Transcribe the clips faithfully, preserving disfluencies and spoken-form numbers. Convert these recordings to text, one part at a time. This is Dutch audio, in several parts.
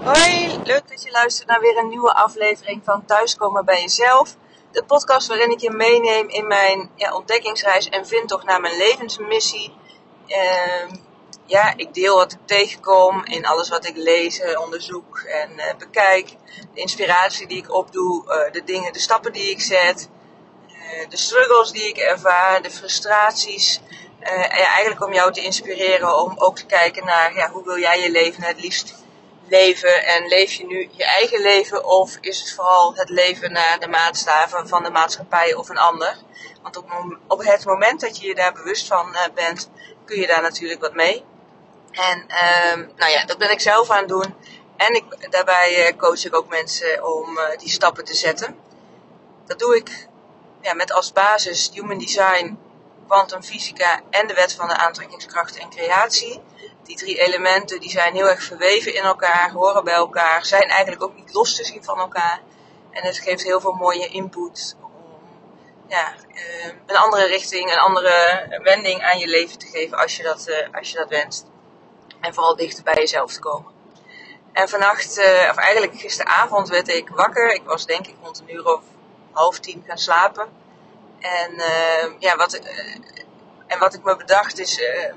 Hoi, leuk dat je luistert naar weer een nieuwe aflevering van Thuiskomen bij Jezelf. De podcast waarin ik je meeneem in mijn ja, ontdekkingsreis en vindtocht naar mijn levensmissie. Uh, ja, ik deel wat ik tegenkom in alles wat ik lees, onderzoek en uh, bekijk. De inspiratie die ik opdoe, uh, de dingen, de stappen die ik zet. Uh, de struggles die ik ervaar, de frustraties. Uh, ja, eigenlijk om jou te inspireren om ook te kijken naar ja, hoe wil jij je leven het liefst leven. En leef je nu je eigen leven of is het vooral het leven naar de maatstaven van de maatschappij of een ander? Want op, op het moment dat je je daar bewust van uh, bent, kun je daar natuurlijk wat mee. En uh, nou ja, dat ben ik zelf aan het doen. En ik, daarbij uh, coach ik ook mensen om uh, die stappen te zetten. Dat doe ik ja, met als basis human design, kwantumfysica en de wet van de aantrekkingskracht en creatie. Die drie elementen die zijn heel erg verweven in elkaar, horen bij elkaar, zijn eigenlijk ook niet los te zien van elkaar. En het geeft heel veel mooie input om ja, een andere richting, een andere wending aan je leven te geven als je dat, als je dat wenst. En vooral dichter bij jezelf te komen. En vannacht, of eigenlijk gisteravond werd ik wakker. Ik was denk ik rond een uur of half tien gaan slapen. En, uh, ja, wat, uh, en wat ik me bedacht is... Uh, uh,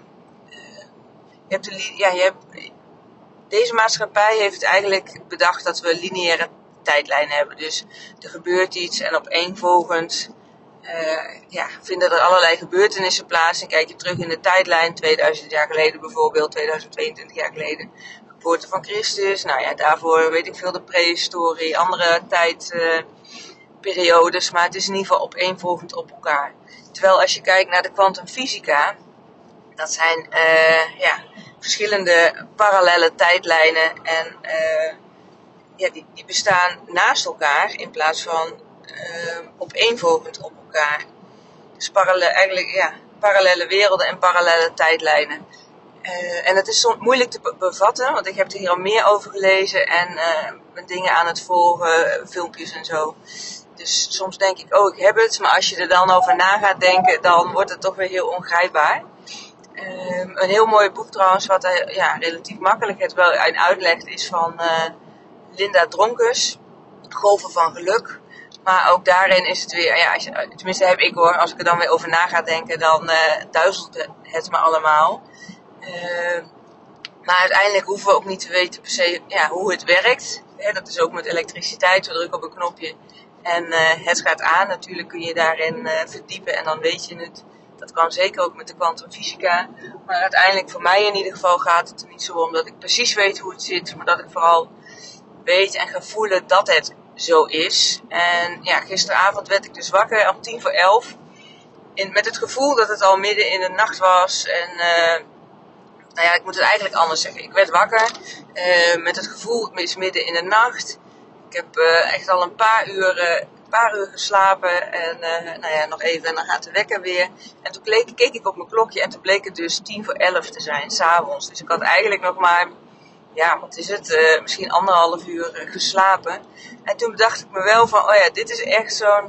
je hebt de, ja, je hebt, deze maatschappij heeft eigenlijk bedacht dat we lineaire tijdlijnen hebben. Dus er gebeurt iets en opeenvolgend uh, ja, vinden er allerlei gebeurtenissen plaats. En kijk je terug in de tijdlijn, tweeduizend jaar geleden bijvoorbeeld, tweeduizend tweeëntwintig jaar geleden. Geboorte van Christus, nou ja, daarvoor weet ik veel de prehistorie, andere tijdperiodes, uh, maar het is in ieder geval opeenvolgend op elkaar. Terwijl als je kijkt naar de kwantumfysica, dat zijn uh, ja, verschillende parallele tijdlijnen en uh, ja, die, die bestaan naast elkaar in plaats van uh, opeenvolgend op elkaar. Dus parallel, eigenlijk ja, parallele werelden en parallele tijdlijnen. Uh, en het is soms moeilijk te be- bevatten, want ik heb er hier al meer over gelezen en uh, ben dingen aan het volgen, filmpjes en zo. Dus soms denk ik, oh ik heb het, maar als je er dan over na gaat denken, dan wordt het toch weer heel ongrijpbaar. Uh, een heel mooi boek trouwens, wat uh, ja, relatief makkelijk het wel in uitlegt, is van uh, Linda Dronkers, Golven van Geluk. Maar ook daarin is het weer, ja, als je, tenminste heb ik hoor, als ik er dan weer over na ga denken, dan uh, duizelt het me allemaal. Uh, maar uiteindelijk hoeven we ook niet te weten per se ja, hoe het werkt. Hè, dat is ook met elektriciteit, we drukken op een knopje en uh, het gaat aan. Natuurlijk kun je daarin uh, verdiepen en dan weet je het. Dat kan zeker ook met de kwantumfysica. Maar uiteindelijk voor mij in ieder geval gaat het er niet zo om dat ik precies weet hoe het zit. Maar dat ik vooral weet en ga voelen dat het zo is. En ja, gisteravond werd ik dus wakker om tien voor elf. In, met het gevoel dat het al midden in de nacht was. En uh, nou ja, ik moet het eigenlijk anders zeggen. Ik werd wakker uh, met het gevoel, het is midden in de nacht. Ik heb uh, echt al een paar uur... Uh, Een paar uur geslapen en uh, nou ja, nog even en dan gaat de wekker weer. En toen keek, keek ik op mijn klokje en toen bleek het dus tien voor elf te zijn, 's avonds. Dus ik had eigenlijk nog maar, ja, wat is het, uh, misschien anderhalf uur uh, geslapen. En toen bedacht ik me wel van, oh ja, dit is echt zo'n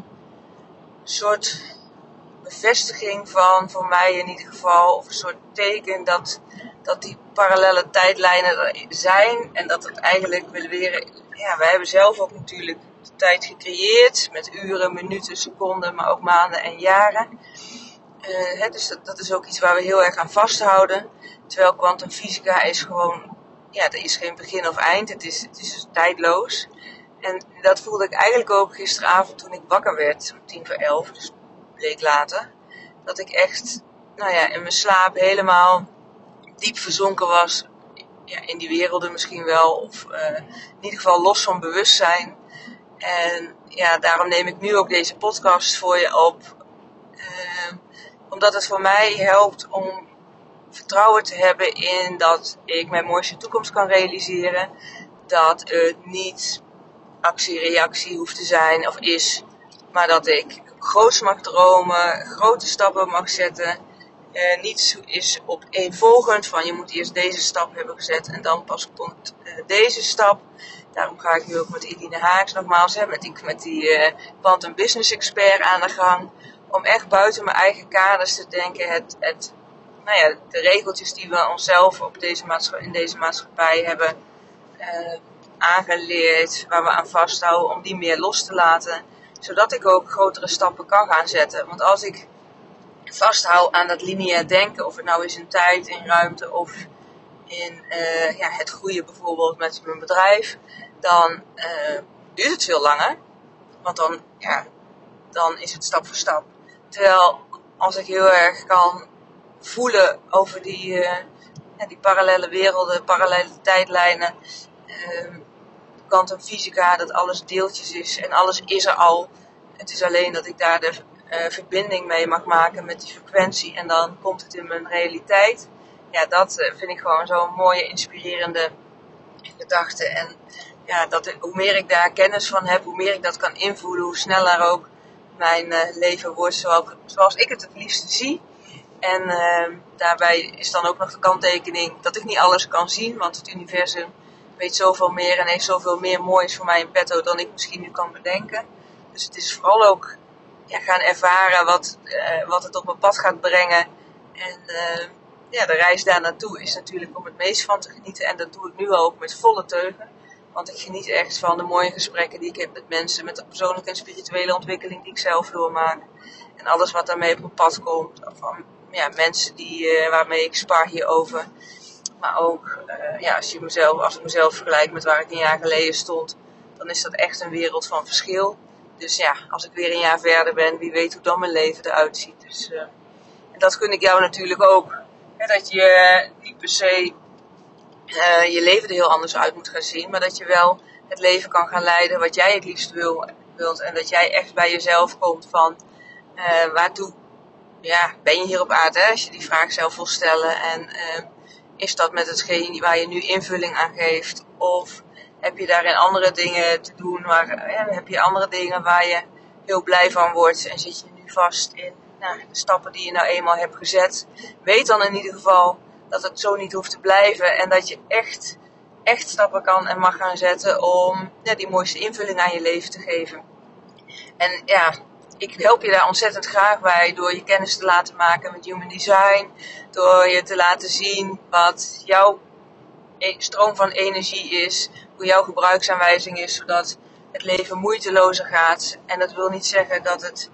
soort bevestiging van, voor mij in ieder geval, of een soort teken dat, dat die parallele tijdlijnen er zijn. En dat het eigenlijk willen weer, ja, wij hebben zelf ook natuurlijk tijd gecreëerd met uren, minuten, seconden, maar ook maanden en jaren. Uh, hè, dus dat, dat is ook iets waar we heel erg aan vasthouden. Terwijl kwantumfysica is gewoon, ja, er is geen begin of eind. Het is, het is dus tijdloos. En dat voelde ik eigenlijk ook gisteravond toen ik wakker werd, om tien voor elf, dus bleek later. Dat ik echt, nou ja, in mijn slaap helemaal diep verzonken was. Ja, in die werelden misschien wel, of uh, in ieder geval los van bewustzijn. En ja, daarom neem ik nu ook deze podcast voor je op. Uh, omdat het voor mij helpt om vertrouwen te hebben in dat ik mijn mooiste toekomst kan realiseren. Dat het niet actie-reactie hoeft te zijn of is. Maar dat ik groots mag dromen, grote stappen mag zetten. Uh, niets is opeenvolgend van je moet eerst deze stap hebben gezet en dan pas komt uh, deze stap. Daarom ga ik nu ook met Eline Haaks nogmaals, hè, met die, met die uh, Quantum Business Expert aan de gang. Om echt buiten mijn eigen kaders te denken. Het, het, nou ja, de regeltjes die we onszelf op deze maatschappij, in deze maatschappij hebben uh, aangeleerd, waar we aan vasthouden, om die meer los te laten. Zodat ik ook grotere stappen kan gaan zetten. Want als ik vasthoud aan dat lineair denken, of het nou is in tijd, in ruimte of in uh, ja, het groeien bijvoorbeeld met mijn bedrijf, dan uh, duurt het veel langer. Want dan, ja, dan is het stap voor stap. Terwijl als ik heel erg kan voelen over die, uh, ja, die parallele werelden, parallele tijdlijnen, uh, kwantumfysica, dat alles deeltjes is en alles is er al. Het is alleen dat ik daar de uh, verbinding mee mag maken met die frequentie en dan komt het in mijn realiteit. Ja, dat uh, vind ik gewoon zo'n mooie, inspirerende gedachte. En ja, dat, hoe meer ik daar kennis van heb, hoe meer ik dat kan invoelen, hoe sneller ook mijn uh, leven wordt zoals, zoals ik het het liefste zie. En uh, daarbij is dan ook nog de kanttekening dat ik niet alles kan zien, want het universum weet zoveel meer en heeft zoveel meer moois voor mij in petto dan ik misschien nu kan bedenken. Dus het is vooral ook ja, gaan ervaren wat, uh, wat het op mijn pad gaat brengen. En uh, ja, de reis daar naartoe is natuurlijk om het meest van te genieten. En dat doe ik nu ook met volle teugen. Want ik geniet echt van de mooie gesprekken die ik heb met mensen, met de persoonlijke en spirituele ontwikkeling die ik zelf doormaak. En alles wat daarmee op mijn pad komt. Van ja, mensen die, uh, waarmee ik spar hierover. Maar ook, uh, ja, als, je mezelf, als ik mezelf vergelijk met waar ik een jaar geleden stond, dan is dat echt een wereld van verschil. Dus ja, als ik weer een jaar verder ben, wie weet hoe dan mijn leven eruit ziet. Dus, uh, en dat gun ik jou natuurlijk ook. Hè, dat je niet per se uh, je leven er heel anders uit moet gaan zien, maar dat je wel het leven kan gaan leiden wat jij het liefst wil, wilt. En dat jij echt bij jezelf komt van, uh, waartoe ja, ben je hier op aarde? Hè? Als je die vraag zelf wil stellen. En uh, is dat met hetgeen waar je nu invulling aan geeft? Of heb je daarin andere dingen te doen? Waar, ja, heb je andere dingen waar je heel blij van wordt? En zit je nu vast in nou, de stappen die je nou eenmaal hebt gezet? Weet dan in ieder geval dat het zo niet hoeft te blijven. En dat je echt, echt stappen kan en mag gaan zetten om ja, die mooiste invulling aan je leven te geven. En ja, ik help je daar ontzettend graag bij door je kennis te laten maken met Human Design. Door je te laten zien wat jouw stroom van energie is. Hoe jouw gebruiksaanwijzing is, zodat het leven moeitelozer gaat. En dat wil niet zeggen dat het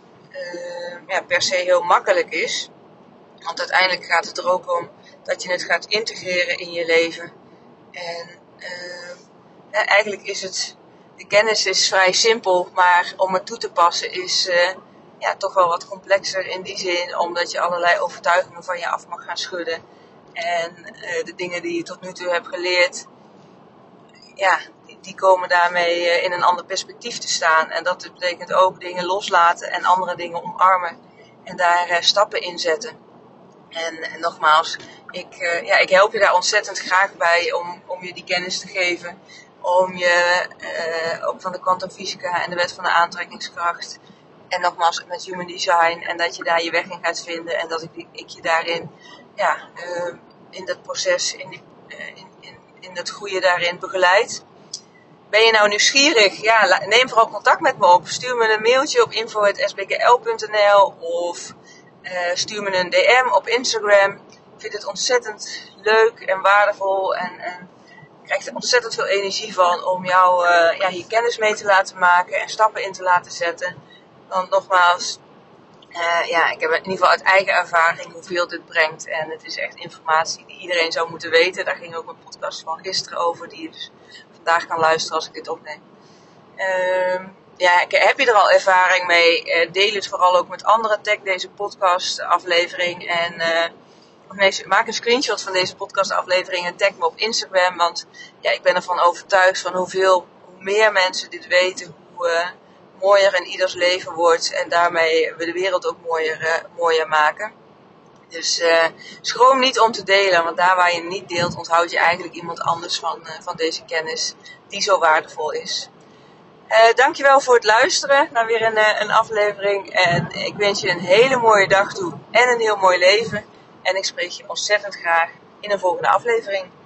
uh, ja, per se heel makkelijk is. Want uiteindelijk gaat het er ook om dat je het gaat integreren in je leven. En uh, ja, eigenlijk is het... De kennis is vrij simpel, maar om het toe te passen is uh, ja, toch wel wat complexer in die zin. Omdat je allerlei overtuigingen van je af mag gaan schudden. En uh, de dingen die je tot nu toe hebt geleerd, ja, die, die komen daarmee uh, in een ander perspectief te staan. En dat betekent ook dingen loslaten en andere dingen omarmen. En daar uh, stappen in zetten. En, en nogmaals, ik, uh, ja, ik help je daar ontzettend graag bij om, om je die kennis te geven. Om je uh, ook van de kwantumfysica en de wet van de aantrekkingskracht. En nogmaals met Human Design. En dat je daar je weg in gaat vinden. En dat ik, ik je daarin, ja, uh, in dat proces, in, die, uh, in, in, in dat groeien daarin begeleid. Ben je nou nieuwsgierig? Ja, neem vooral contact met me op. Stuur me een mailtje op info at s b k l punt n l. Of uh, stuur me een D M op Instagram. Ik vind het ontzettend leuk en waardevol. En... en ik krijg er ontzettend veel energie van om jou uh, ja, hier kennis mee te laten maken en stappen in te laten zetten. Want nogmaals, uh, ja, ik heb in ieder geval uit eigen ervaring hoeveel dit brengt. En het is echt informatie die iedereen zou moeten weten. Daar ging ook mijn podcast van gisteren over, die je dus vandaag kan luisteren als ik dit opneem. Uh, ja, heb je er al ervaring mee? Uh, deel het vooral ook met anderen. Tag deze podcast aflevering en... Uh, Of nee, maak een screenshot van deze podcastaflevering en tag me op Instagram. Want ja, ik ben ervan overtuigd van hoeveel, hoe meer mensen dit weten, hoe uh, mooier in ieders leven wordt. En daarmee we de wereld ook mooier, uh, mooier maken. Dus uh, schroom niet om te delen, want daar waar je niet deelt, onthoud je eigenlijk iemand anders van, uh, van deze kennis die zo waardevol is. Uh, dankjewel voor het luisteren naar weer een, uh, een aflevering. En ik wens je een hele mooie dag toe en een heel mooi leven. En ik spreek je ontzettend graag in een volgende aflevering.